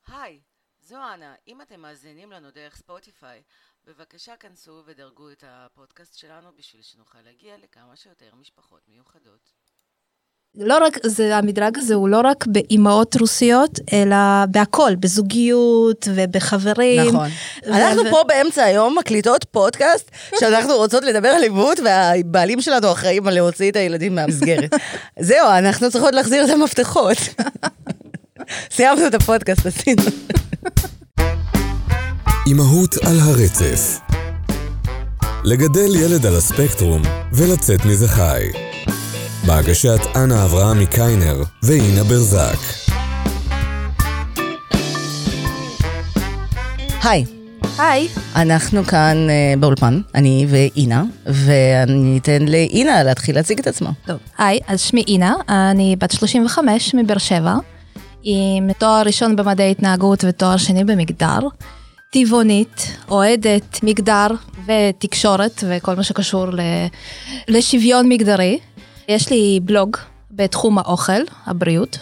היי, זו אנה. אם אתם מאזינים לנו דרך ספוטיפיי, בבקשה כנסו ודרגו את הפודקאסט שלנו בשביל שנוכל להגיע לכמה שיותר משפחות מיוחדות. לא רק, המדרג הזה הוא לא רק באימהות רוסיות, אלא בהכל, בזוגיות ובחברים. נכון. אנחנו פה באמצע היום מקליטות פודקאסט, שאנחנו רוצות לדבר על אימהות, והבעלים שלנו אחראים על להוציא את הילדים מהמסגרת. זהו, אנחנו צריכות להחזיר את המפתחות. סיימנו את הפודקאסט, עשינו. אימהות על הרצף. לגדל ילד על הספקטרום ולצאת מזה חי. בהגשת אנה אברהם מקיינר ואינה ברזק. היי. היי. אנחנו כאן באולפן, אני ואינה, ואני אתן לאינה להתחיל להציג את עצמה. טוב, היי, אז שמי אינה, אני בת 35 מבאר שבע, עם תואר ראשון במדעי התנהגות ותואר שני במגדר, טבעונית, אוהדת מגדר ותקשורת וכל מה שקשור לשוויון מגדרי. יש לי בלוג בתחום האוכל, הבריאות,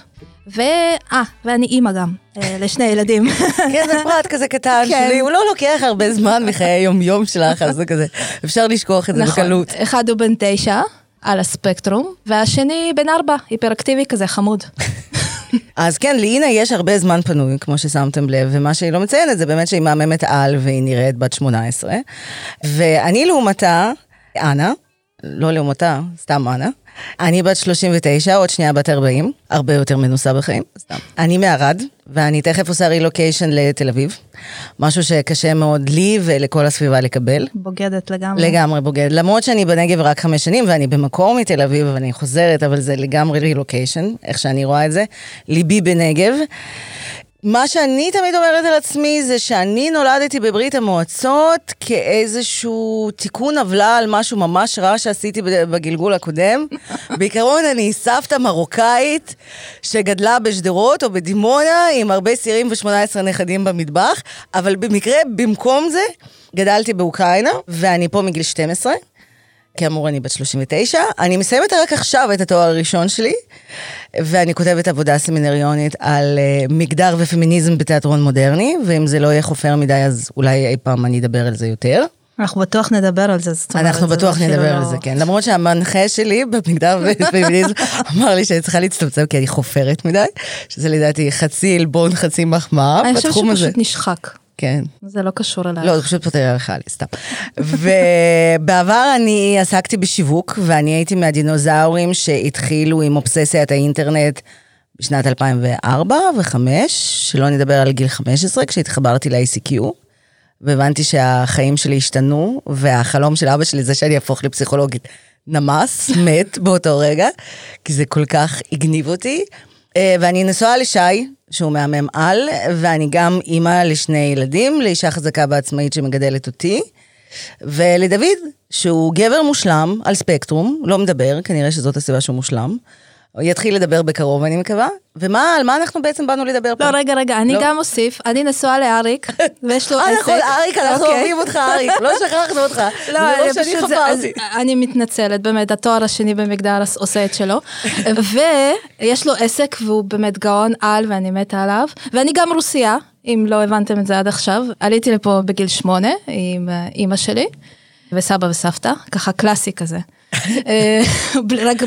ואני אימא גם, לשני ילדים. כן, זה פרט כזה קטן שלי, הוא לא לוקח הרבה זמן מחיי היום-יום שלך, אז זה כזה, אפשר לשכוח את זה בקלות. אחד הוא בן 9, על הספקטרום, והשני בן 4, היפראקטיבי כזה, חמוד. אז כן, לאינה יש הרבה זמן פנוי, כמו ששמתם לב, ומה שהיא לא מציינת זה באמת שהיא מאממת על, והיא נראית בת 18, ואני לעומתה, אנה, לא לעומתה, סתם אנה, אני בת 39, עוד שנייה בת 40, הרבה יותר מנוסה בחיים, סתם. אני מערד, ואני תכף עושה רילוקיישן לתל אביב, משהו שקשה מאוד לי ולכל הסביבה לקבל. בוגדת לגמרי. לגמרי בוגדת, למרות שאני בנגב רק 5 שנים, ואני במקור מתל אביב, ואני חוזרת, אבל זה לגמרי רילוקיישן, איך שאני רואה את זה, ליבי בנגב. מה שאני תמיד אומרת על עצמי זה שאני נולדתי בברית המועצות כאיזשהו תיקון עוולה על משהו ממש רע שעשיתי בגלגול הקודם. בעיקרון אני סבתא מרוקאית שגדלה בשדרות או בדימונה עם הרבה סירים ו18 נכדים במטבח, אבל במקרה במקום זה גדלתי באוקראינה ואני פה מגיל 12. כאמור, אני בת 39, אני מסיימת רק עכשיו את התואר הראשון שלי, ואני כותבת עבודה סמינריונית על מגדר ופמיניזם בתיאטרון מודרני, ואם זה לא יהיה חופר מדי, אז אולי אי פעם אני אדבר על זה יותר. אנחנו בטוח נדבר על זה. אנחנו בטוח נדבר על זה, כן. למרות שהמנחה שלי במגדר ופמיניזם אמר לי שאני צריכה להצטמצם, כי אני חופרת מדי, שזה לדעתי חצי אלבון, חצי מחמאה בתחום הזה. אני חושבת שפשוט נשחק. כן. זה לא קשור אליי. לא, זה פשוט פותר עליך לי, סתם. ובעבר אני עסקתי בשיווק, ואני הייתי מהדינוזאורים שהתחילו עם אובססיית האינטרנט בשנת 2004 ו-2005, שלא נדבר על גיל 15, כשהתחברתי ל-ICQ, והבנתי שהחיים שלי השתנו, והחלום של אבא שלי זה שאני אהפוך לפסיכולוגית נמס, מת באותו רגע, כי זה כל כך הגניב אותי, ואני נשואה לשי, שהוא מהמם על, ואני גם אימא לשני ילדים, לאישה חזקה ועצמאית שמגדלת אותי, ולדוד, שהוא גבר מושלם על ספקטרום, לא מדבר, כנראה שזאת הסיבה שהוא מושלם, הוא יתחיל לדבר בקרוב, אני מקווה. על מה אנחנו בעצם באנו לדבר פה? לא, רגע, אני גם אוסיף, אני נשואה לאריק, ויש לו עסק. נכון, אריק, אנחנו אוהבים אותך, אריק, לא שכחנו אותך. לא, שאני חברתי. אני מתנצלת, באמת, התואר השני במגדר עושה את שלו, ויש לו עסק, והוא באמת גאון על, ואני מתה עליו, ואני גם רוסיה, אם לא הבנתם את זה עד עכשיו, עליתי לפה בגיל 8, עם אמא שלי, וסבא וסבתא, ככה קלאסי כזה. רק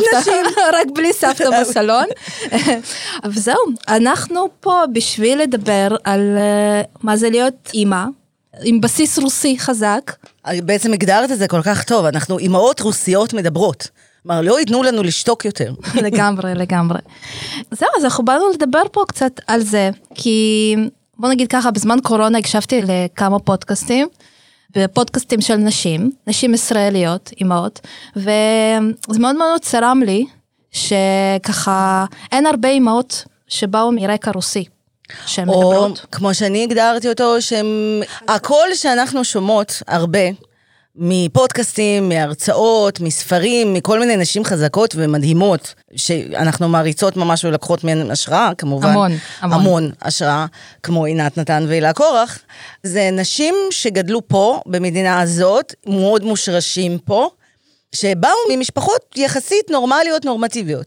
בלי סבתא בסלון. אבל זהו, אנחנו פה בשביל לדבר על מה זה להיות אימא, עם בסיס רוסי חזק. בעצם הגדרת את זה כל כך טוב, אנחנו אימהות רוסיות מדברות. כלומר, לא ייתנו לנו לשתוק יותר. לגמרי. זהו, אז אנחנו באנו לדבר פה קצת על זה, כי בוא נגיד ככה, בזמן קורונה הקשבתי לכמה פודקאסטים, בפודקאסטים של נשים ישראליות, אימהות, וזה מאוד מאוד צרם לי, שככה אין הרבה אימהות שבאו מרקע רוסי, שהן מדברות. או כמו שאני הגדרתי אותו, הכל שאנחנו שומעות הרבה, מפודקאסטים, מהרצאות, מספרים, מכל מיני נשים חזקות ומדהימות, שאנחנו מעריצות ממש ולקחות מהן השראה, כמובן. המון השראה, כמו עינת נתן ואילה קורח. זה נשים שגדלו פה, במדינה הזאת, מאוד מושרשים פה, שבאו ממשפחות יחסית נורמליות, נורמטיביות.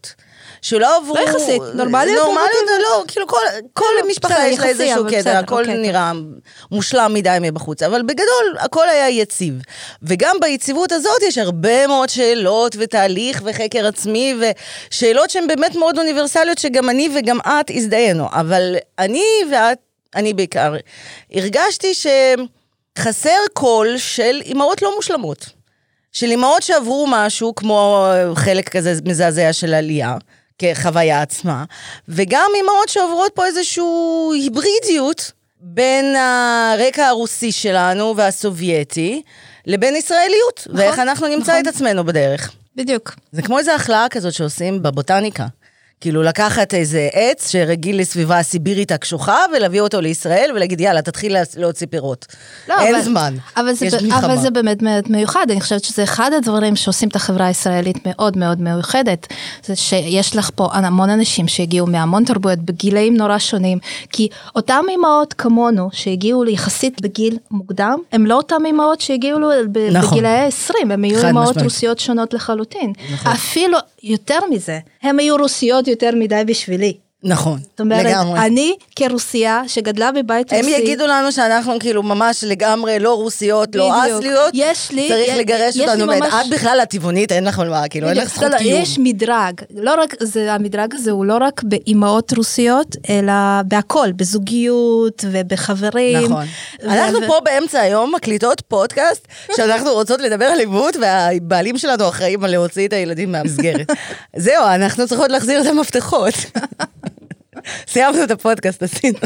שלא עברו... לא יחסית, נורמליות? נורמליות, לא, כאילו כל משפחה יש לה איזשהו קטע, הכל נראה מושלם מדי מבחוץ, אבל בגדול הכל היה יציב. וגם ביציבות הזאת יש הרבה מאוד שאלות ותהליך וחקר עצמי, ושאלות שהן באמת מאוד אוניברסליות, שגם אני וגם את הזדהינו. אבל אני בעיקר, הרגשתי שחסר קול של אימהות לא מושלמות. של אימהות שעברו משהו, כמו חלק כזה מזעזע של עלייה, כחוויה עצמה, וגם אימהות שעוברות פה איזשהו היברידיות, בין הרקע הרוסי שלנו והסובייטי, לבין ישראליות, נכון, ואיך אנחנו נמצא נכון. את עצמנו בדרך. בדיוק. זה כמו איזו החלאה כזאת שעושים בבוטניקה. כאילו לקחת איזה עץ שרגיל לסביבה הסיבירית הקשוחה, ולהביא אותו לישראל, ולהגיד, יאללה, תתחיל להוציא פירות. לא, אין זמן. אבל זה באמת מאוד מיוחד. אני חושבת שזה אחד הדברים שעושים את החברה הישראלית מאוד מאוד מיוחדת. זה שיש לך פה המון אנשים שהגיעו מהמון תרבויות, בגילאים נורא שונים, כי אותם אימהות כמונו, שהגיעו יחסית בגיל מוקדם, הם לא אותם אימהות שהגיעו בגילאי 20, הם היו אימהות רוסיות שונות לחלוטין. אפילו יותר מזה, הם היו רוסיות יותר מדי בשבילי. נכון, זאת אומרת, לגמרי. אני כרוסיה שגדלה בבית רוסי. הם יגידו לנו שאנחנו כאילו ממש לגמרי לא רוסיות, לא אסליות. צריך לגרש אותנו. את בכלל הטבעונית, אין לך מה, כאילו אין לך זכות קיום. יש מדרג. לא רק, המדרג הזה הוא לא רק באימהות רוסיות, אלא בהכל, בזוגיות ובחברים. נכון. אנחנו פה באמצע היום מקליטות פודקאסט, שאנחנו רוצות לדבר על אימהות, והבעלים שלנו אחראים על להוציא את הילדים מהמסגרת. זהו, אנחנו צריכות להחזיר את המפתחות. סיימנו את הפודקאסט, עשינו.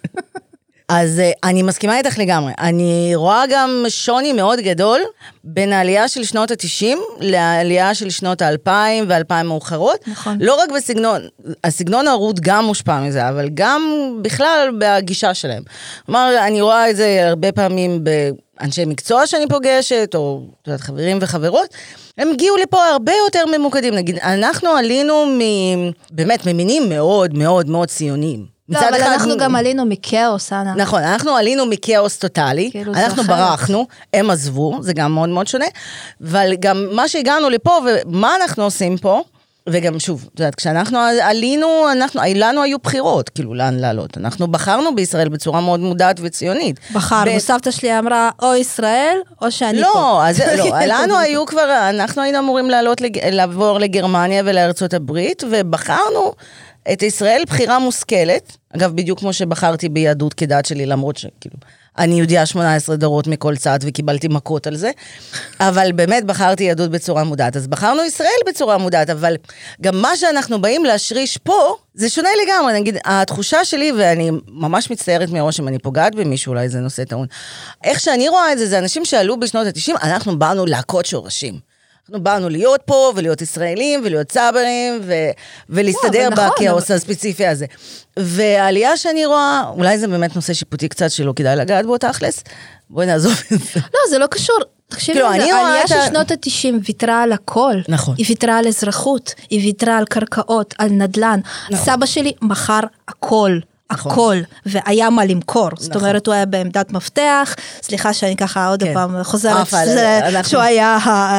אז אני מסכימה איתך לגמרי. אני רואה גם שוני מאוד גדול בין העלייה של שנות ה-90 לעלייה של שנות ה-2000 ו-2000 מאוחרות. נכון. לא רק בסגנון, הסגנון הרות גם מושפע מזה, אבל גם בכלל בגישה שלהם. כלומר, אני רואה את זה הרבה פעמים באנשי מקצוע שאני פוגשת, או חברים וחברות, הם הגיעו לפה הרבה יותר ממוקדים. נגיד, אנחנו עלינו באמת ממינים מאוד מאוד מאוד ציוניים. לא, אבל אנחנו גם עלינו מכאוס, אנה. נכון, אנחנו עלינו מכאוס טוטלי, אנחנו ברחנו, הם עזבו, זה גם מאוד מאוד שונה, אבל גם מה שהגענו לפה, ומה אנחנו עושים פה, וגם שוב, את יודעת, כשאנחנו עלינו, לנו היו בחירות, כאילו, לאן לעלות. אנחנו בחרנו בישראל בצורה מאוד מודעת וציונית. בחרנו, סבתא שלי אמרה, או ישראל, או שאני פה. לא, לנו היו כבר, אנחנו היינו אמורים לעבור לגרמניה ולארצות הברית, ובחרנו את ישראל בחירה מושכלת, אגב, בדיוק כמו שבחרתי ביהדות כדת שלי, למרות שכאילו, אני יהודיה 18 דורות מכל צד, וקיבלתי מכות על זה, אבל באמת בחרתי יהדות בצורה מודעת, אז בחרנו ישראל בצורה מודעת, אבל גם מה שאנחנו באים להשריש פה, זה שונה לגמרי, נגיד, התחושה שלי, ואני ממש מצטערת מראש אם אני פוגעת במישהו, אולי זה נושא טעון, איך שאני רואה את זה, זה אנשים שעלו בשנות ה-90, אנחנו באנו להכות שורשים. אנחנו באנו להיות פה, ולהיות ישראלים, ולהיות צברים, ולהסתדר בכאוס הספציפי הזה. והעלייה שאני רואה, אולי זה באמת נושא שיפוטי קצת, שלא כדאי לגעת בו תכלס, בואי נעזוב את זה. לא, זה לא קשור. תקשיבי, העלייה של שנות ה-90 ויתרה על הכל. נכון. היא ויתרה על אזרחות, היא ויתרה על קרקעות, על נדלן. סבא שלי מכר הכל. הכל, והיה מה למכור. זאת אומרת, הוא היה בעמדת מפתח, סליחה שאני ככה עוד פעם חוזרת, שהוא היה,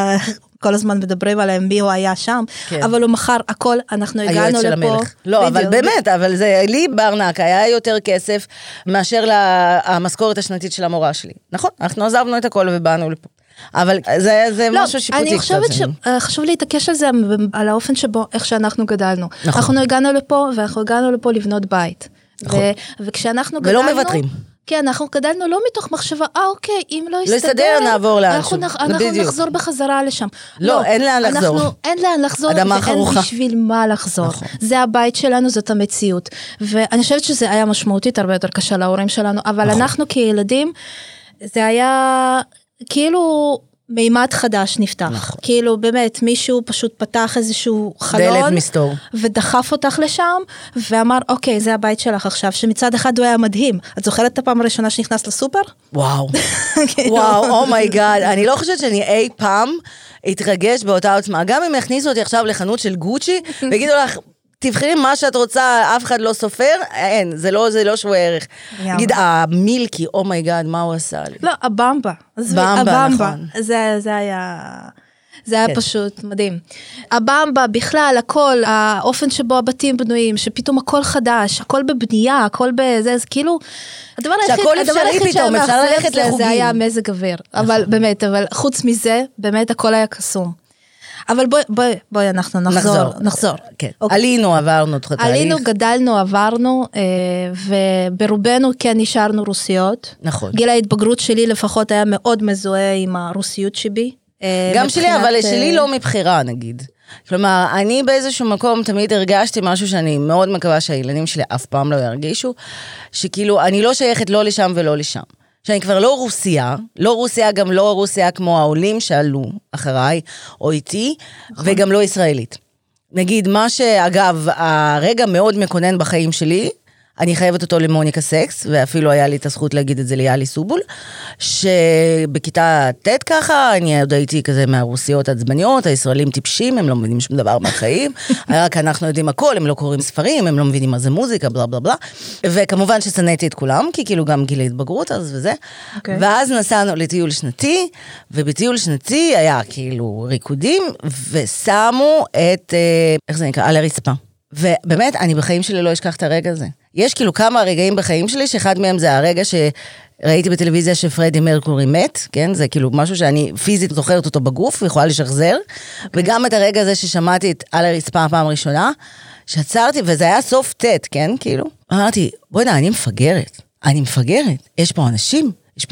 כל הזמן מדברים עליהם, מי הוא היה שם, אבל הוא מכר הכל, אנחנו הגענו לפה. לא, אבל באמת, אבל זה, לי בארנק היה יותר כסף, מאשר המשכורת השנתית של המורה שלי. נכון, אנחנו עזבנו את הכל ובאנו לפה. אבל זה משהו שיפוטי. אני חושבת שחשוב להתעקש על זה, על האופן שבו, איך שאנחנו גדלנו. אנחנו הגענו לפה, ואנחנו הגענו לפה לבנות בית. וכשאנחנו גדלנו... ולא מוותרים. כן, אנחנו גדלנו לא מתוך מחשבה, אוקיי, אם לא יסתדר, נעבור לאנשהו. אנחנו נחזור בחזרה לשם. לא, אין לאן לחזור. אין לאן לחזור, ואין בשביל מה לחזור. זה הבית שלנו, זאת המציאות. ואני חושבת שזה היה משמעותית הרבה יותר קשה להורים שלנו, אבל אנחנו כילדים, זה היה כאילו מימד חדש נפתח. כאילו באמת מישהו פשוט פתח איזשהו חלון. דלת מסתור. ודחף אותך לשם, ואמר, אוקיי, זה הבית שלך עכשיו, שמצד אחד הוא היה מדהים. את זוכרת את הפעם הראשונה שנכנסת לסופר? וואו. וואו, אומייגאד. אני לא חושבת שאני אי פעם אתרגש באותה עוצמה. גם אם יכניסו אותי עכשיו לחנות של גוצ'י, ויגידו לך, תבחרי מה שאת רוצה, אף אחד לא סופר, אין, זה לא שווה ערך. נגיד, המילקי, אומייגאד, מה הוא עשה לי? לא, הבמבה. במבה, נכון. זה היה... זה היה פשוט מדהים. הבמבה, בכלל, הכל, האופן שבו הבתים בנויים, שפתאום הכל חדש, הכל בבנייה, הכל בזה, זה כאילו, הדבר היחיד שהיה מאכזב זה היה מזג אוויר. אבל באמת, אבל חוץ מזה, באמת הכל היה קסום. אבל בואי אנחנו נחזור. עלינו, עברנו את התהליך. עלינו, גדלנו, עברנו, וברובנו כן נשארנו רוסיות. נכון. גיל ההתבגרות שלי לפחות היה מאוד מזוהה עם הרוסיות שבי. גם שלי, אבל שלי לא מבחירה נגיד. כלומר, אני באיזשהו מקום תמיד הרגשתי משהו שאני מאוד מקווה שהילדים שלי אף פעם לא ירגישו, שכאילו אני לא שייכת לא לשם ולא לשם. שאני כבר לא רוסיה, גם לא רוסיה כמו העולים שעלו אחריי, או איתי, וגם לא ישראלית. נגיד, מה שאגב, הרגע מאוד מקונן בחיים שלי, אני חייבת אותו למוניקה סקס, ואפילו היה לי את הזכות להגיד את זה ליאלי סובול, שבכיתה ט' ככה, אני עוד הייתי כזה מהרוסיות עצבניות, הישראלים טיפשים, הם לא מבינים שום דבר מהחיים, רק אנחנו יודעים הכל, הם לא קוראים ספרים, הם לא מבינים מה זה מוזיקה, בלה בלה בלה, וכמובן ששנאתי את כולם, כי כאילו גם גיל ההתבגרות אז וזה, ואז נסענו לטיול שנתי, ובטיול שנתי היה כאילו ריקודים, ושמו את, איך זה נקרא? על הרצפה. ובאמת, אני בחיים שלי לא אשכח את הרגע הזה. יש כאילו כמה רגעים בחיים שלי, שאחד מהם זה הרגע שראיתי בטלוויזיה שפרדי מרקורי מת, כן? זה כאילו משהו שאני פיזית זוכרת אותו בגוף, ויכולה לשחזר, וגם את הרגע הזה ששמעתי את על הרצפה הפעם הראשונה, שעצרתי, וזה היה סוף תת, כן? כאילו, אמרתי, בואי נה, אני מפגרת, יש פה אנשים, יש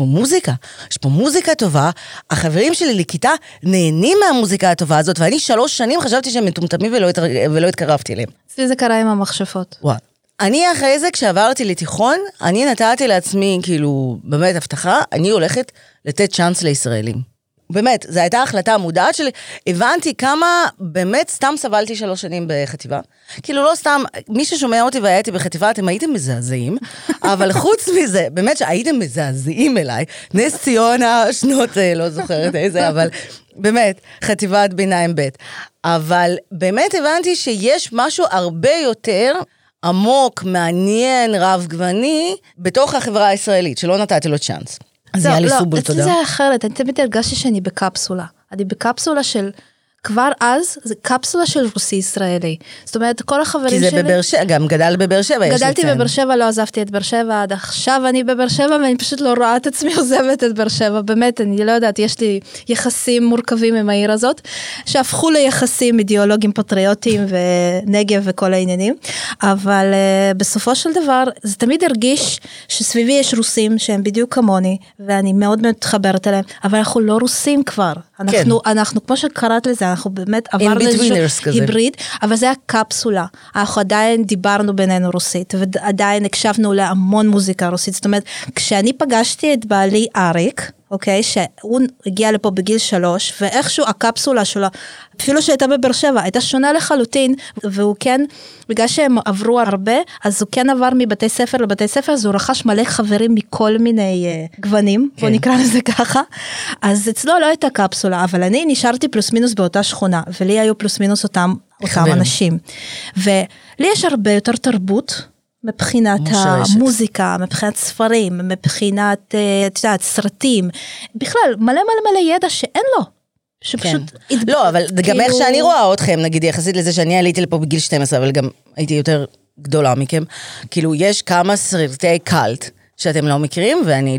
פה מוזיקה טובה, החברים שלי לכיתה נהנים מהמוזיקה הטובה הזאת, ואני 3 שנים חשבתי שהם מטומטמים ולא התקרבתי אליהם. אצלי זה קרה עם המחשפות. וואו. אני אחרי זה, כשעברתי לתיכון, אני נתתי לעצמי, כאילו, באמת הבטחה, אני הולכת לתת צ'אנס לישראלים. באמת, זו הייתה החלטה מודעת שלי, הבנתי כמה, באמת, סתם סבלתי 3 שנים בחטיבה. כאילו, לא סתם, מי ששומע אותי והייתי בחטיבה, אתם הייתם מזעזעים, אבל חוץ מזה, באמת שהייתם מזעזעים אליי, נס ציונה, שנות, לא זוכרת איזה, אבל באמת, חטיבת ביניים ב'. אבל באמת הבנתי שיש משהו הרבה יותר עמוק, מעניין, רב גווני, בתוך החברה הישראלית, שלא נתתי לו צ'אנס. אז היה לי סובול, תודה. אצלי זה אחרת, אני תמיד הרגשתי שאני בקפסולה. אני בקפסולה של, כבר אז, זה קפסולה של רוסי ישראלי. זאת אומרת, כל החברים שלי... כי זה בבאר שבע, גם גדל בבאר שבע. גדלתי בבאר שבע, לא עזבתי את באר שבע, עד עכשיו אני בבאר שבע, ואני פשוט לא רואה את עצמי עוזבת את באר שבע. באמת, אני לא יודעת, יש לי יחסים מורכבים עם העיר הזאת, שהפכו ליחסים אידיאולוגיים פטריוטיים ונגב וכל העניינים. אבל בסופו של דבר, זה תמיד הרגיש שסביבי יש רוסים שהם בדיוק כמוני, ואני מאוד מתחברת אליהם, אבל אנחנו לא רוסים כבר. אנחנו, כמו שקראת לזה, אנחנו באמת עברנו איזשהו היבריד, אבל זה היה קפסולה. אנחנו עדיין דיברנו בינינו רוסית, ועדיין הקשבנו להמון מוזיקה רוסית. זאת אומרת, כשאני פגשתי את בעלי אריק, אוקיי, שהוא הגיע לפה בגיל 3, ואיכשהו הקפסולה שלו, אפילו שהייתה בבאר שבע, הייתה שונה לחלוטין, והוא כן, בגלל שהם עברו הרבה, אז הוא כן עבר מבתי ספר לבתי ספר, אז הוא רכש מלא חברים מכל מיני גוונים, בוא נקרא לזה ככה, אז אצלו לא הייתה קפסולה, אבל אני נשארתי פלוס מינוס באותה שכונה, ולי היו פלוס מינוס אותם אנשים, ולי יש הרבה יותר תרבות, מבחינת המוזיקה, מבחינת ספרים, מבחינת, את יודעת, סרטים, בכלל, מלא ידע שאין לו. שפשוט... לא, אבל גם איך שאני רואה אתכם, נגיד, יחסית לזה שאני עליתי לפה בגיל 12, אבל גם הייתי יותר גדולה מכם, כאילו, יש כמה סרטי קלט שאתם לא מכירים, ואני,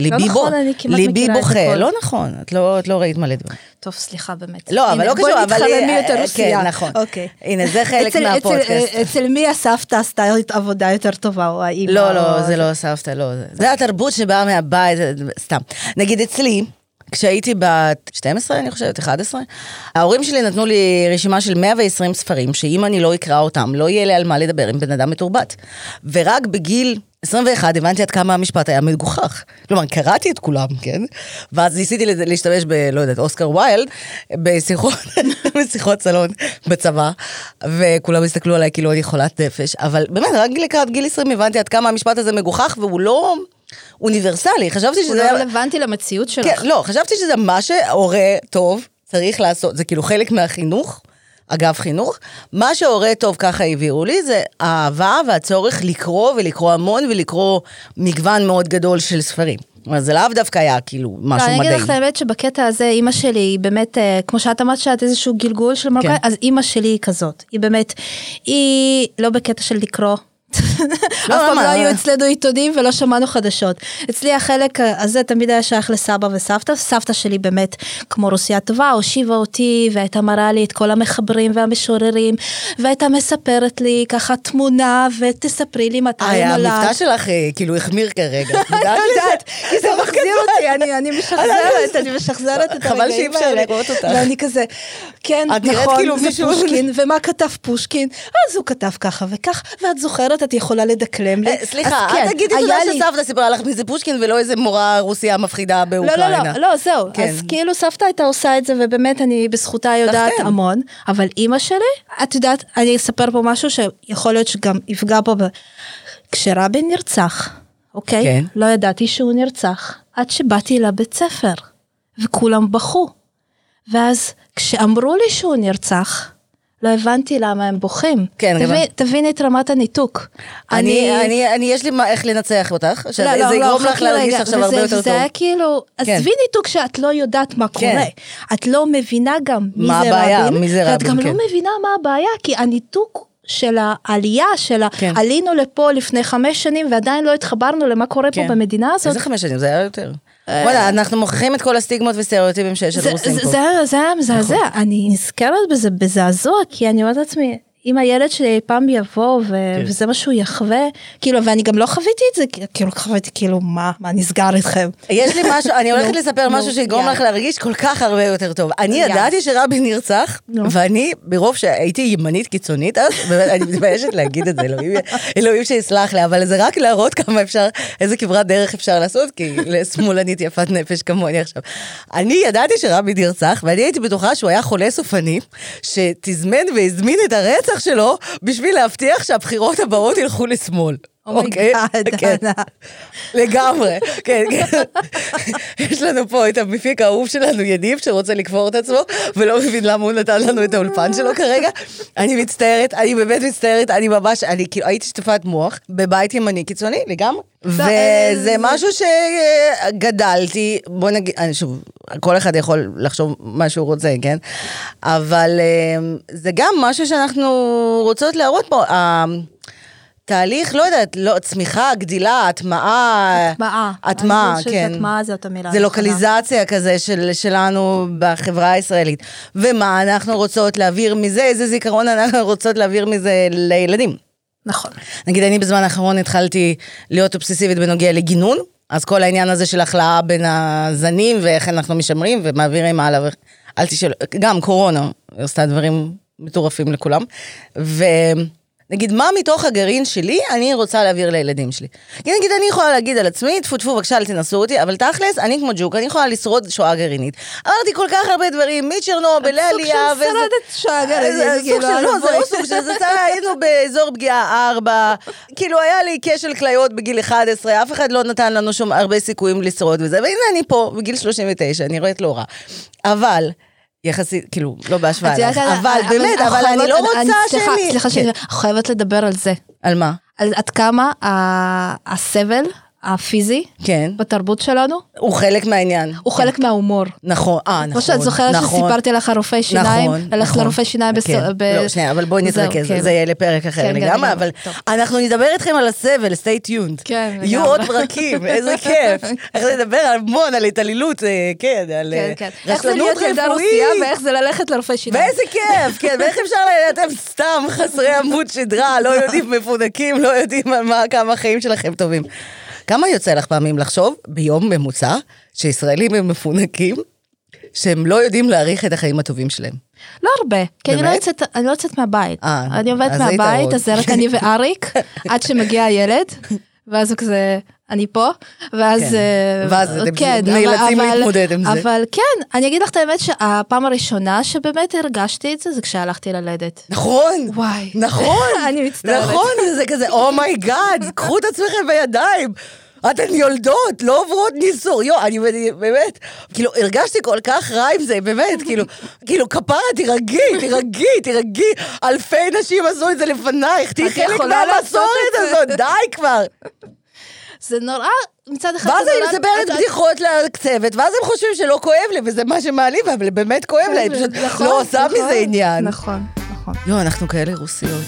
ליבי בוכה, לא נכון, את לא ראית מלא דבר. טוב, סליחה באמת. לא, אבל לא קשור, אבל... בואי נתחלמי יותר רוסיה. כן, נכון. הנה, זה חלק מהפודקאסט. אצל מי הסבתא עשתה עבודה יותר טובה, או האמא? לא, זה לא הסבתא, לא. זה התרבות שבאה מהבית, סתם. נגיד אצלי, כשהייתי בת 12, אני חושבת, 11, ההורים שלי נתנו לי רשימה של 120 ספרים, שאם אני לא אקרא אותם, לא יהיה לי על מה לדבר עם בן אדם מתורבת. ורק בגיל 21 הבנתי עד כמה המשפט היה מגוחך. כלומר, קראתי את כולם, כן? ואז ניסיתי להשתמש לא יודעת, אוסקר ויילד, בשיחות סלון בצבא, וכולם הסתכלו עליי כאילו אני חולת נפש, אבל באמת, רק לקראת גיל 20 הבנתי עד כמה המשפט הזה מגוחך, והוא לא אוניברסלי. חשבתי שזה... הוא לא רלוונטי למציאות שלך. כן, לא, חשבתי שזה מה שהורה טוב צריך לעשות, זה כאילו חלק מהחינוך, אגב חינוך, מה שהורה טוב ככה העבירו לי, זה האהבה והצורך לקרוא ולקרוא המון ולקרוא מגוון מאוד גדול של ספרים. אז זה לאו דווקא היה כאילו משהו מדעי. אני אגיד לך האמת שבקטע הזה, אמא שלי היא באמת, כמו שאת אמרת שאת איזשהו גלגול של מרוקאי, אז אמא שלי היא כזאת. היא באמת, היא לא בקטע של לקרוא. אף פעם לא היו אצלנו עיתונים ולא שמענו חדשות. אצלי החלק הזה תמיד היה שייך לסבא וסבתא. סבתא שלי באמת כמו רוסיה טובה, הושיבה אותי והייתה מראה לי את כל המחברים והמשוררים, והייתה מספרת לי ככה תמונה ותספרי לי מתי נולד. המבטא שלך כאילו החמיר כרגע. יודעת, כי זה מחזיר אותי, אני משחזרת את חבל שאי אפשר לראות אותך. ואני כזה, כן, נכון, זה פושקין, ומה כתב פושקין? אז הוא כתב ככה וכך, ואת זוכרת, את יכולה לדקלם לי. סליחה, אל תגידי תודה שסבתא סיפרה לך מי זה פושקין, ולא איזה מורה רוסיה מפחידה באוקראינה. לא, זהו. אז כאילו סבתא הייתה עושה את זה, ובאמת אני בזכותה יודעת המון, אבל אמא שלי, את יודעת, אני אספר פה משהו שיכול להיות שגם יפגע פה, כשרבין נרצח, אוקיי? לא ידעתי שהוא נרצח, עד שבאתי לבית ספר, וכולם בכו. ואז כשאמרו לי שהוא נרצח, לא הבנתי למה הם בוכים. תבין את רמת הניתוק. יש לי איך לנצח אותך, שזה יגרום לך להרגיש עכשיו הרבה יותר טוב. וזה היה כאילו, אז תבין ניתוק שאת לא יודעת מה קורה. את לא מבינה גם מי זה רבין, ואת גם לא מבינה מה הבעיה, כי הניתוק של העלייה, עלינו לפה לפני 5 שנים, ועדיין לא התחברנו למה קורה פה במדינה הזאת. איזה 5 שנים? זה היה יותר. וואלה, אנחנו מוכיחים את כל הסטיגמות וסטריאוטיפים שיש של רוסים פה. זה היה מזעזע. אני נזכרת בזה בזעזוע, כי אני אומרת לעצמי, אם הילד שלי פעם יבוא, וזה מה שהוא יחווה, כאילו, ואני גם לא חוויתי את זה, כאילו, חוויתי, כאילו, מה נסגר איתכם? יש לי משהו, אני הולכת לספר משהו שיגרום לך להרגיש כל כך הרבה יותר טוב. אני ידעתי שרבין נרצח, ואני, ברוב שהייתי ימנית קיצונית, אז באמת, אני מתביישת להגיד את זה, אלוהים שיסלח לי, אבל זה רק להראות כמה אפשר, איזה כברת דרך אפשר לעשות, כי לשמאלנית יפת נפש כמוני עכשיו. אני ידעתי שרבין נרצח, ואני הייתי בטוחה שהוא היה חולה סופני, שתזמן והזמין את הרצח שלו, בשביל להבטיח שהבחירות הבאות ילכו לשמאל. אומייגאד, לגמרי, כן, יש לנו פה את המפיק האהוב שלנו, יניב, שרוצה לקבור את עצמו, ולא מבין למה הוא נתן לנו את האולפן שלו כרגע. אני מצטערת, אני באמת מצטערת, אני ממש, אני כאילו הייתי שטפת מוח, בבית ימני קיצוני, לגמרי. וזה משהו שגדלתי, בוא נגיד, שוב, כל אחד יכול לחשוב מה שהוא רוצה, כן? אבל זה גם משהו שאנחנו רוצות להראות פה, תהליך, לא יודעת, צמיחה, גדילה, הטמעה, כן. הטמעה זאת המילה. זה לוקליזציה כזה שלנו בחברה הישראלית. ומה אנחנו רוצות להעביר מזה, איזה זיכרון אנחנו רוצות להעביר מזה לילדים. נכון. נגיד, אני בזמן האחרון התחלתי להיות אובססיבית בנוגע לגינון, אז כל העניין הזה של החלאה בין הזנים, ואיך אנחנו משמרים ומעבירים הלאה, גם קורונה, עשתה דברים מטורפים לכולם, נגיד, מה מתוך הגרעין שלי אני רוצה להעביר לילדים שלי? כי נגיד, אני יכולה להגיד על עצמי, תפו, בבקשה, אל תנסו אותי, אבל תכלס, אני כמו ג'וק, אני יכולה לשרוד שואה גרעינית. אמרתי כל כך הרבה דברים, מצ'רנובל, לעלייה, סוג של שרדת שואה גרעינית. לא, זה לא סוג של, היינו באזור פגיעה 4, כאילו היה לי כשל כליות בגיל 11, אף אחד לא נתן לנו שום הרבה סיכויים לשרוד וזה, והנה אני פה, בגיל 39, אני רואה את לא רע. אבל יחסית, כאילו, לא בהשוואה לך, אבל באמת, אבל אני לא רוצה שאני... סליחה, חייבת לדבר על זה. על מה? על עד כמה הסבל הפיזי בתרבות שלנו. הוא חלק מהעניין. הוא חלק מההומור. נכון, נכון. כמו שאת זוכרת שסיפרתי לך רופאי שיניים, ללכת לרופאי שיניים לא, שנייה, אבל בואי נתרכז, זה יהיה לפרק אחר לגמרי, אבל אנחנו נדבר איתכם על הסבל, stay tuned. כן. יהיו עוד פרקים, איזה כיף. איך נדבר המון על התעלילות, כן, על רשלנות רפואית. ואיך זה ללכת לרופאי שיניים. ואיזה כיף, כן, ואיך אפשר אתם סתם חסרי עמוד שדרה, לא יודעים מפונקים, לא יודעים כמה החיים שלכם טובים. כמה יוצא לך פעמים לחשוב ביום ממוצע שישראלים הם מפונקים, שהם לא יודעים להעריך את החיים הטובים שלהם? לא הרבה, כי אני לא יוצאת מהבית. אני עובדת מהבית, אז זה רק אני ואריק, עד שמגיע הילד, ואז הוא כזה, אני פה, ואז אתם נאלצים להתמודד עם זה. אבל כן, אני אגיד לך את האמת שהפעם הראשונה שבאמת הרגשתי את זה, זה כשהלכתי ללדת. נכון. וואי. נכון. אני מצטערת. נכון, זה כזה, אומייגאד, קחו את עצמכם בידיים. אתן יולדות, לא עוברות ניסור. אני באמת, כאילו, הרגשתי כל כך רע עם זה, באמת, כאילו, כפרה, תירגי. אלפי נשים עשו את זה לפנייך, תהי חלק מהמסורת הזאת, די כבר. זה נורא, מצד אחד... ואז אני מספרת בדיחות לקצבת, ואז הם חושבים שלא כואב לי, וזה מה שמעליב, אבל באמת כואב לי, אני פשוט לא עושה מזה עניין. נכון, נכון. יו, אנחנו כאלה רוסיות.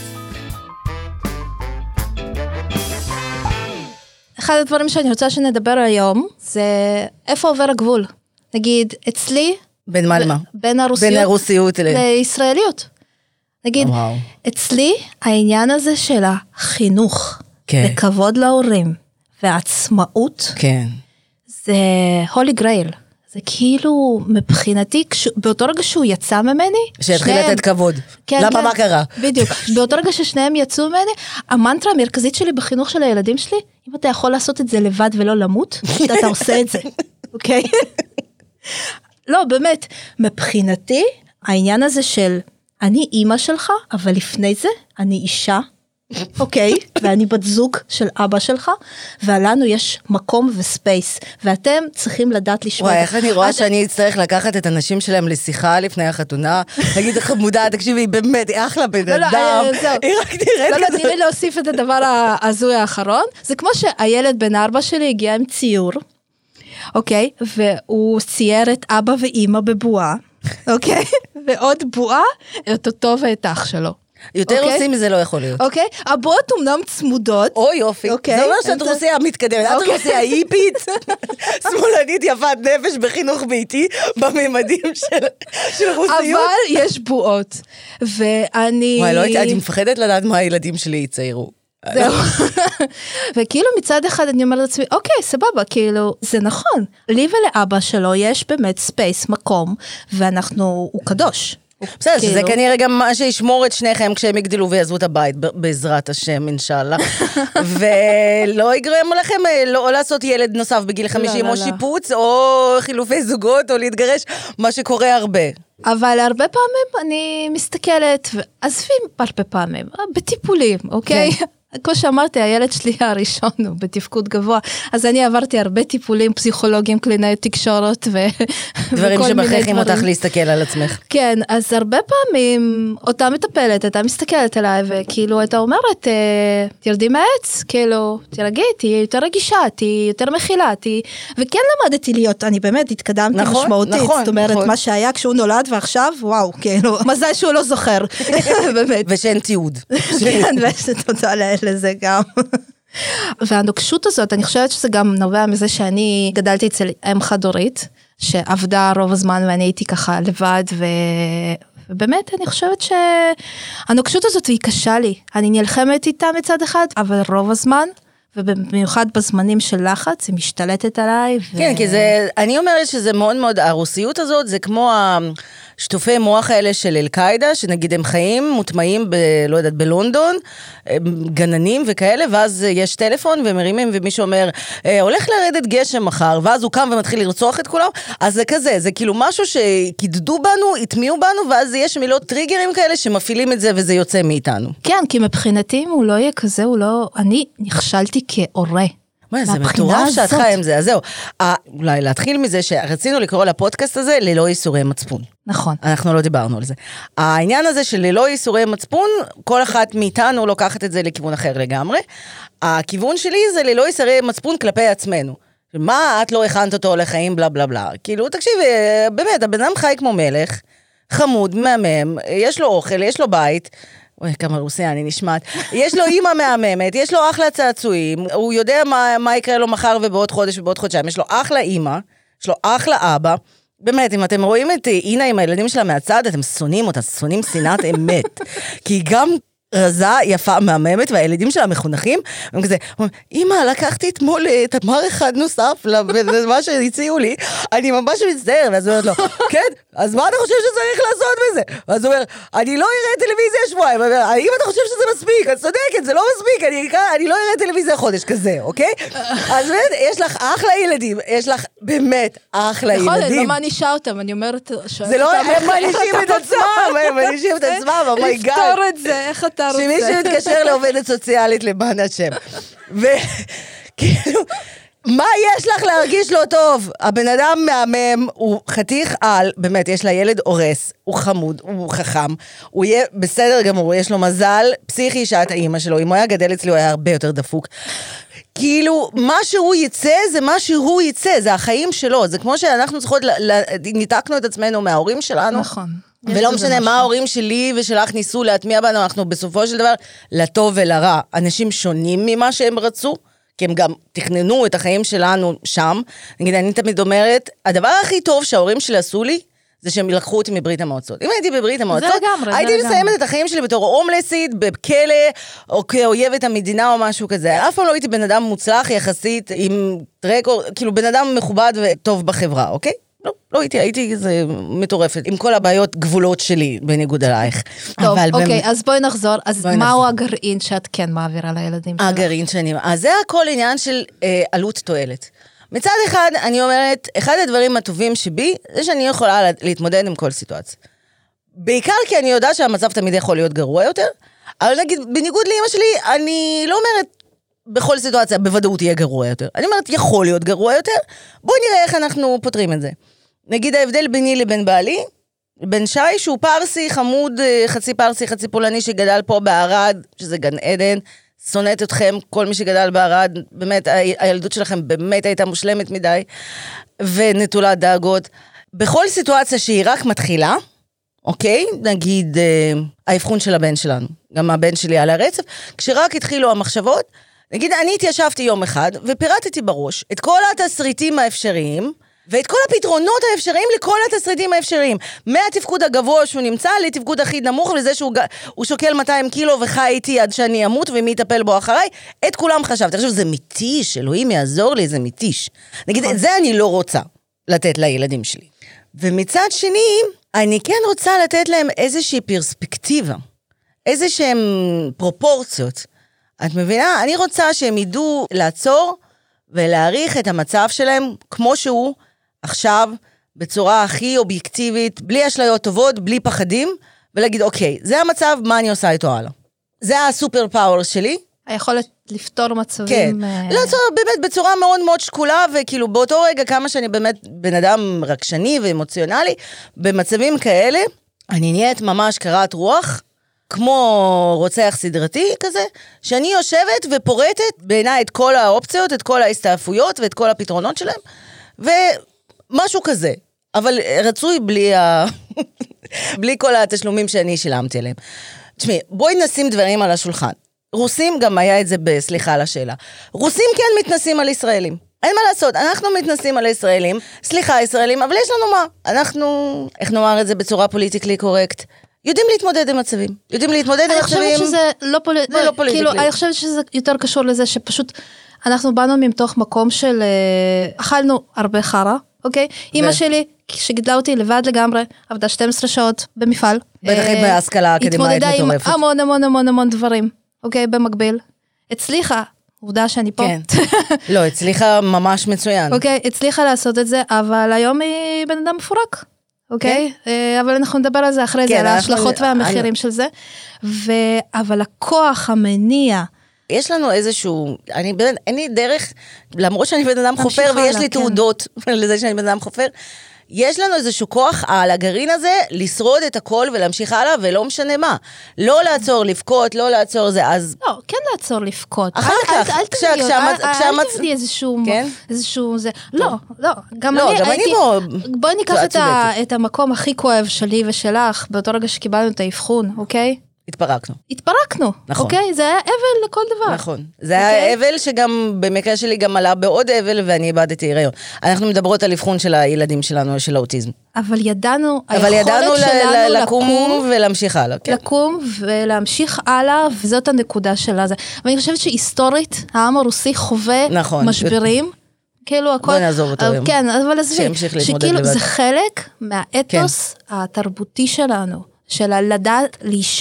אחד הדברים שאני רוצה שנדבר היום, זה איפה עובר הגבול. נגיד, אצלי... בין מה למה? בין הרוסיות לישראליות. נגיד, אצלי העניין הזה של החינוך, וכבוד להורים, ועצמאות, זה הולי גרייל. זה כאילו, מבחינתי, באותו רגע שהוא יצא ממני, שהתחיל לתת כבוד. למה, מה קרה? בדיוק. באותו רגע ששניהם יצאו ממני, המנטרה המרכזית שלי בחינוך של הילדים שלי, אם אתה יכול לעשות את זה לבד ולא למות, אתה עושה את זה. אוקיי? לא, באמת, מבחינתי, העניין הזה של, אני אימא שלך, אבל לפני זה, אני אישה, אוקיי? ואני בת זוג של אבא שלך, ולנו יש מקום וספייס, ואתם צריכים לדעת לשמוע. וואי, איך אני רואה שאני אצטרך לקחת את הנשים שלהם לשיחה לפני החתונה, להגיד לך מודע, תקשיבי, היא באמת, היא אחלה בן אדם, היא רק נראית כזה. לא, תראי להוסיף את הדבר הזוי האחרון, זה כמו שהילד בן 4 שלי הגיע עם ציור, אוקיי? והוא צייר את אבא ואימא בבועה, אוקיי? ועוד בועה, את אותו ואת אח שלו. יותר רוסי מזה לא יכול להיות. אוקיי, הבועות אומנם צמודות. או יופי. זה אומר שאת רוסיה מתקדמת. את רוסיה היפית, שמאלנית יפת נפש בחינוך ביתי, בממדים של רוסיות. אבל יש בועות. ואני... וואי, לא הייתי מפחדת לדעת מה הילדים שלי יציירו. זהו. וכאילו מצד אחד אני אומרת לעצמי, אוקיי, סבבה, כאילו, זה נכון. לי ולאבא שלו יש באמת ספייס, מקום, הוא קדוש. בסדר, שזה כנראה גם מה שישמור את שניכם כשהם יגדלו ויעזבו את הבית, בעזרת השם, אינשאללה. ולא יגרם לכם לא לעשות ילד נוסף בגיל 50, או שיפוץ, או חילופי זוגות, או להתגרש, מה שקורה הרבה. אבל הרבה פעמים אני מסתכלת, עזבים הרבה פעמים, בטיפולים, אוקיי? כמו שאמרתי, הילד שלי הראשון הוא בתפקוד גבוה, אז אני עברתי הרבה טיפולים פסיכולוגיים, קלינאי תקשורת דברים שמכריחים אותך להסתכל על עצמך. כן, אז הרבה פעמים אותה מטפלת, אתה מסתכלת עליי, וכאילו אתה אומרת, תרדי מהעץ, כאילו, תרגעי, תהיי יותר רגישה, תהיי יותר מכילה, וכן למדתי להיות, אני באמת התקדמתי משמעותית, זאת אומרת, מה שהיה כשהוא נולד ועכשיו, וואו, כאילו, מזל שהוא לא זוכר, באמת. ושאין תיעוד. כן, ותודה לאל. לזה גם. והנוקשות הזאת, אני חושבת שזה גם נובע מזה שאני גדלתי אצל אם חד-הורית, שעבדה רוב הזמן ואני הייתי ככה לבד, ובאמת אני חושבת שהנוקשות הזאת היא קשה לי. אני נלחמת איתה מצד אחד, אבל רוב הזמן, ובמיוחד בזמנים של לחץ, היא משתלטת עליי. כן, כי זה, אני אומרת שזה מאוד מאוד, הרוסיות הזאת זה כמו שטופי מוח האלה של אל-קאידה, שנגיד הם חיים, מוטמעים לא יודעת, בלונדון, גננים וכאלה, ואז יש טלפון ומרימים, ומישהו אומר, הולך לרדת גשם מחר, ואז הוא קם ומתחיל לרצוח את כולם, אז זה כזה, זה כאילו משהו שקידדו בנו, התמיעו בנו, ואז יש מילות טריגרים כאלה שמפעילים את זה, וזה יוצא מאיתנו. כן, כי מבחינתי אם הוא לא יהיה כזה, אני נכשלתי כהורה. זה מטורף שאת חיה עם זה, אז זהו. אולי להתחיל מזה שרצינו לקרוא לפודקאסט הזה ללא איסורי מצפון. נכון. אנחנו לא דיברנו על זה. העניין הזה של ללא איסורי מצפון, כל אחת מאיתנו לוקחת את זה לכיוון אחר לגמרי. הכיוון שלי זה ללא איסורי מצפון כלפי עצמנו. מה את לא הכנת אותו לחיים בלה בלה בלה. כאילו, תקשיב, באמת, הבן אדם חי כמו מלך, חמוד, מהמם, יש לו אוכל, יש לו בית, אוי, כמה רוסיה, אני נשמעת. יש לו אימא מהממת, יש לו אחלה צעצועים, הוא יודע מה יקרה לו מחר ובעוד חודש ובעוד חודשיים, יש לו אחלה אימא, יש לו אחלה אבא. באמת, אם אתם רואים את אינה עם הילדים שלה מהצד, אתם שונאים אותה, שונאים שנאת אמת. כי היא גם רזה, יפה, מהממת, והילדים שלה מחונכים, הם כזה, אמא, לקחתי אתמול תמר אחד נוסף, למה שהציעו לי, אני ממש מצטער, ואז הוא אומר לו, כן, אז מה אתה חושב שצריך לעשות בזה? ואז הוא אומר, אני לא אראה טלוויזיה שבועיים, האם אתה חושב שזה מספיק? את צודקת, זה לא מספיק, אני לא אראה טלוויזיה חודש כזה, אוקיי? אז באמת, יש לך אחלה ילדים, יש לך באמת אחלה ילדים. נכון, אני לא מענישה אותם, אני אומרת, זה לא, הם מענישים את עצמם, הם מענישים את עצמם, אומייגאד. לפתור את זה, איך אתה רוצה? שמישהו יתקשר לעובדת סוציאלית לבן השם. וכאילו, מה יש לך להרגיש לא טוב? הבן אדם מהמם, הוא חתיך על, באמת, יש לה ילד אורס, הוא חמוד, הוא חכם, הוא יהיה בסדר גמור, יש לו מזל פסיכי שאת האמא שלו, אם הוא היה גדל אצלי, הוא היה הרבה יותר דפוק. כאילו, מה שהוא יצא, זה מה שהוא יצא, זה החיים שלו, זה כמו שאנחנו צריכות, ניתקנו את עצמנו מההורים שלנו. נכון. ולא משנה מה ההורים שלי ושלך ניסו להטמיע בנו, אנחנו בסופו של דבר, לטוב ולרע, אנשים שונים ממה שהם רצו, כי הם גם תכננו את החיים שלנו שם. נגיד, אני תמיד אומרת, הדבר הכי טוב שההורים שלי עשו לי, זה שהם לקחו אותי מברית המועצות. אם הייתי בברית המועצות, הייתי מסיימת את החיים שלי בתור הומלסית, בכלא, או כאויבת המדינה או משהו כזה. אף פעם לא הייתי בן אדם מוצלח יחסית, עם רקורד, כאילו בן אדם מכובד וטוב בחברה, אוקיי? לא הייתי כזה מטורפת, עם כל הבעיות גבולות שלי, בניגוד אלייך. טוב, אוקיי, אז בואי נחזור. אז מהו הגרעין שאת כן מעבירה לילדים שלך? הגרעין אז זה הכל עניין של עלות תועלת. מצד אחד, אני אומרת, אחד הדברים הטובים שבי, זה שאני יכולה להתמודד עם כל סיטואציה. בעיקר כי אני יודעת שהמצב תמיד יכול להיות גרוע יותר, אבל נגיד, בניגוד לאמא שלי, אני לא אומרת, בכל סיטואציה, בוודאות יהיה גרוע יותר. אני אומרת, יכול להיות גרוע יותר, בואי נראה איך אנחנו פותרים את זה. נגיד, ההבדל ביני לבין בעלי, בן שי, שהוא פרסי, חמוד, חצי פרסי, חצי פולני, שגדל פה בערד, שזה גן עדן, שונאת אתכם, כל מי שגדל בערד, באמת, הילדות שלכם באמת הייתה מושלמת מדי, ונטולת דאגות. בכל סיטואציה שהיא רק מתחילה, אוקיי? נגיד, האבחון של הבן שלנו, גם הבן שלי על הרצף, כשרק התחילו המחשבות, נגיד, אני התיישבתי יום אחד, ופירטתי בראש את כל התסריטים האפשריים, ואת כל הפתרונות האפשריים לכל התסריטים האפשריים. מהתפקוד הגבוה שהוא נמצא, לתפקוד הכי נמוך, לזה שהוא שוקל 200 קילו וחי איתי עד שאני אמות, ומי יטפל בו אחריי, את כולם חשבתי. עכשיו, זה מתיש, אלוהים יעזור לי, זה מתיש. נגיד, את זה אני לא רוצה לתת לילדים שלי. ומצד שני, אני כן רוצה לתת להם איזושהי פרספקטיבה, איזשהם פרופורציות. את מבינה? אני רוצה שהם ידעו לעצור ולהעריך את המצב שלהם כמו שהוא עכשיו, בצורה הכי אובייקטיבית, בלי אשליות טובות, בלי פחדים, ולהגיד, אוקיי, זה המצב, מה אני עושה איתו הלאה? זה הסופר פאוור שלי. היכולת לפתור מצבים. כן, לעצור באמת בצורה מאוד מאוד שקולה, וכאילו באותו רגע כמה שאני באמת בן אדם רגשני ואמוציונלי, במצבים כאלה, אני נהיית ממש קרת רוח, כמו רוצח סדרתי כזה, שאני יושבת ופורטת בעיניי את כל האופציות, את כל ההסתעפויות ואת כל הפתרונות שלהם, ומשהו כזה. אבל רצוי בלי כל התשלומים שאני שילמתי עליהם. תשמעי, בואי נשים דברים על השולחן. רוסים גם היה את זה בסליחה על השאלה. רוסים כן מתנסים על ישראלים. אין מה לעשות, אנחנו מתנסים על ישראלים, סליחה ישראלים, אבל יש לנו מה? אנחנו, איך נאמר את זה בצורה פוליטיקלי קורקט? יודעים להתמודד עם מצבים. יודעים להתמודד עם מצבים. אני חושבת שזה לא פוליטיקלי. כאילו, אני חושבת שזה יותר קשור לזה שפשוט אנחנו באנו מתוך מקום של אכלנו הרבה חרה, אוקיי? אמא שלי, שגידלה אותי לבד לגמרי, עבדה 12 שעות במפעל. בטח בהשכלה אקדמית מטורפת. התמודדה עם המון המון המון המון דברים, אוקיי? במקביל. הצליחה, עובדה שאני פה. כן. לא, הצליחה ממש מצוין. אוקיי, הצליחה לעשות את זה, אבל היום היא בן אדם מפורק. אוקיי? אבל אנחנו נדבר על זה אחרי זה, על ההשלכות והמחירים של זה. אבל הכוח, המניע, יש לנו איזשהו, אין לי דרך, למרות שאני בן אדם חופר, ויש לי תעודות לזה שאני בן אדם חופר, יש לנו איזשהו כוח על הגרעין הזה, לשרוד את הכל ולהמשיך הלאה, ולא משנה מה. לא לעצור לבכות, לא לעצור זה, אז... לא, כן לעצור לבכות. אחר כך, אל תבדי איזשהו זה. לא, גם אני פה. בואי ניקח את המקום הכי כואב שלי ושלך, באותו רגע שקיבלנו את האבחון, אוקיי? התפרקנו, נכון. אוקיי? זה היה אבל לכל דבר. נכון. זה היה אבל שגם, במקרה שלי גם עלה בעוד אבל, ואני איבדתי הריון. אנחנו מדברות על אבחון של הילדים שלנו, של האוטיזם. אבל ידענו, היכולת שלנו לקום ולהמשיך הלאה. לקום ולהמשיך הלאה, וזאת הנקודה שלה. ואני חושבת שהיסטורית, העם הרוסי חווה משברים, כאילו הכל... בוא נעזוב אותו היום. כן, אבל עזבי, שכאילו זה חלק מהאתוס התרבותי שלנו. של לדעת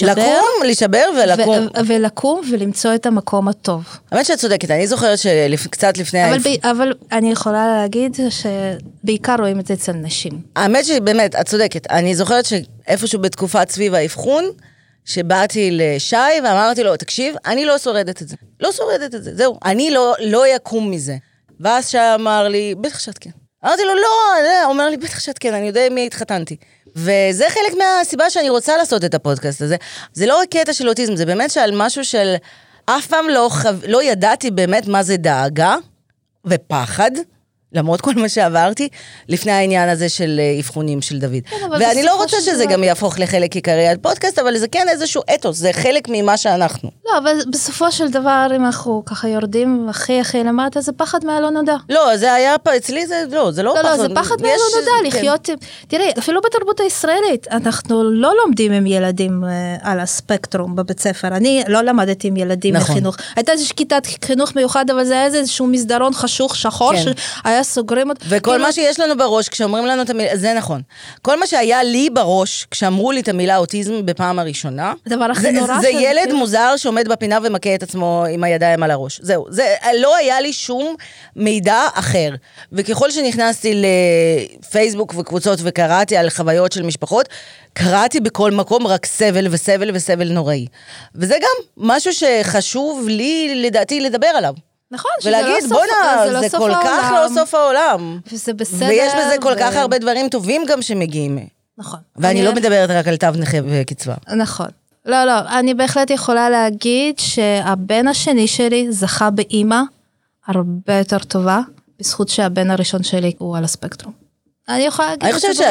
להישבר ולקום ולמצוא את המקום הטוב. האמת שאת צודקת, אני זוכרת שקצת לפני... אבל אני יכולה להגיד שבעיקר רואים את זה אצל נשים. האמת שבאמת, את צודקת, אני זוכרת שאיפשהו בתקופת סביב האבחון, שבאתי לשי ואמרתי לו, תקשיב, אני לא שורדת את זה. לא שורדת את זה, זהו. אני לא יקום מזה. ואז שי אמר לי, בטח שאת כן. אמרתי לו, לא, אומר לי, בטח שאת כן, אני יודע מי התחתנתי. וזה חלק מהסיבה שאני רוצה לעשות את הפודקאסט הזה. זה לא רק קטע של אוטיזם, זה באמת שעל משהו של אף פעם לא ידעתי באמת מה זה דאגה ופחד, למרות כל מה שעברתי, לפני העניין הזה של אבחונים של דוד. ואני לא רוצה שזה גם יהפוך לחלק עיקרי על פודקאסט, אבל זה כן איזשהו אתוס, זה חלק ממה שאנחנו. לא, אבל בסופו של דבר, אם אנחנו ככה יורדים הכי למטה, זה פחד מהלא נודע. לא, זה היה, אצלי זה לא פחד. לא, זה פחד מהלא נודע, לחיות, תראי, אפילו בתרבות הישראלית, אנחנו לא לומדים עם ילדים על הספקטרום בבית ספר, אני לא למדתי עם ילדים לחינוך. הייתה איזושהי כיתת חינוך מיוחד, אבל זה היה איזשהו מסדרון חשוך, שחור, שהיה סוגרים אותו. וכל מה שיש לנו בראש, כשאומרים לנו את המילה, זה נכון. כל מה שהיה לי בראש, כשאמרו לי את המילה אוטיזם בפעם הראשונה, זה ילד מוזר שעומד בפינה ומכה את עצמו עם הידיים על הראש. זהו, זה לא היה לי שום מידע אחר. וככל שנכנסתי לפייסבוק וקבוצות וקראתי על חוויות של משפחות, קראתי בכל מקום רק סבל וסבל וסבל נוראי. וזה גם משהו שחשוב לי, לדעתי, לדבר עליו. נכון, ולהגיד, בונה, זה כל כך לא סוף העולם. וזה בסדר. ויש בזה כל כך הרבה דברים טובים גם שמגיעים. נכון. ואני לא מדברת רק על תו נכה וקצבה. נכון. לא, אני בהחלט יכולה להגיד שהבן השני שלי זכה באמא הרבה יותר טובה, בזכות שהבן הראשון שלי הוא על הספקטרום. אני יכולה להגיד אני חושבת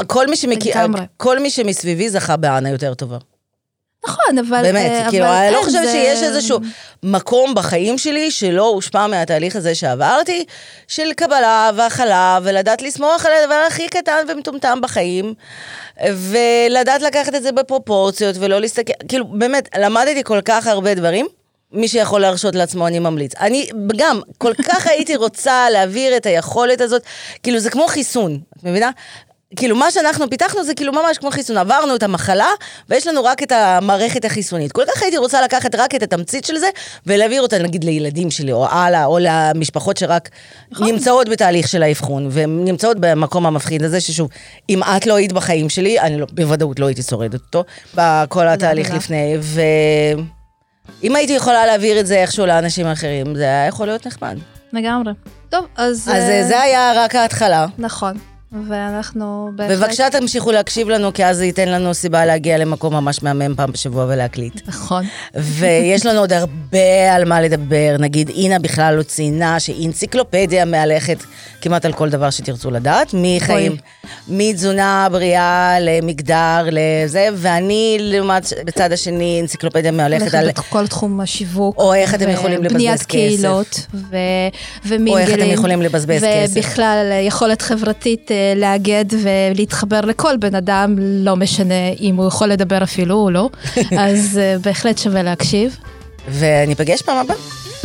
שכל מי שמסביבי זכה באנה יותר טובה. נכון, אבל... באמת, כאילו, אני לא חושבת שיש איזשהו מקום בחיים שלי שלא הושפע מהתהליך הזה שעברתי, של קבלה והכלה, ולדעת לסמוך על הדבר הכי קטן ומטומטם בחיים, ולדעת לקחת את זה בפרופורציות, ולא להסתכל, כאילו, באמת, למדתי כל כך הרבה דברים, מי שיכול להרשות לעצמו, אני ממליץ. אני גם כל כך הייתי רוצה להעביר את היכולת הזאת, כאילו, זה כמו חיסון, את מבינה? כאילו מה שאנחנו פיתחנו זה כאילו ממש כמו חיסון, עברנו את המחלה ויש לנו רק את המערכת החיסונית. כל כך הייתי רוצה לקחת רק את התמצית של זה ולהעביר אותה נגיד לילדים שלי או הלאה או למשפחות שרק נמצאות בתהליך של האבחון ונמצאות במקום המפחיד הזה ששוב, אם את לא היית בחיים שלי, אני בוודאות לא הייתי שורדת אותו בכל התהליך לפני ואם הייתי יכולה להעביר את זה איכשהו לאנשים אחרים, זה היה יכול להיות נחמד. לגמרי. טוב, אז זה היה רק ההתחלה. נכון. ואנחנו בהחלט... בבקשה תמשיכו להקשיב לנו, כי אז זה ייתן לנו סיבה להגיע למקום ממש מהמם פעם בשבוע ולהקליט. נכון. ויש לנו עוד הרבה על מה לדבר. נגיד, אינה בכלל לא ציינה שהיא אנציקלופדיה מהלכת כמעט על כל דבר שתרצו לדעת. מחיים, מתזונה בריאה למגדר, לזה, ואני לעומת בצד השני אנציקלופדיה מהלכת על... כל תחום השיווק. או איך אתם יכולים לבזבז כסף. בניית קהילות ומינגלים. או איך אתם יכולים לבזבז כסף. ובכלל יכולת חברתית לאגד ולהתחבר לכל בן אדם, לא משנה אם הוא יכול לדבר אפילו או לא, אז בהחלט שווה להקשיב. וניפגש פעם הבאה.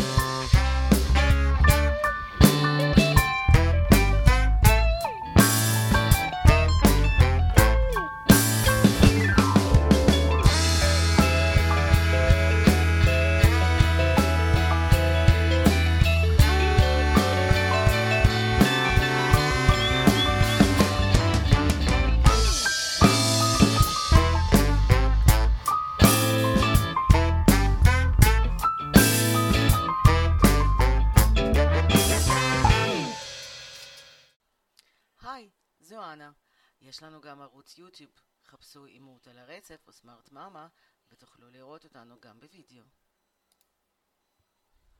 זו אנה. יש לנו גם ערוץ יוטיוב, חפשו אימות על הרצף או סמארט מאמה ותוכלו לראות אותנו גם בווידאו.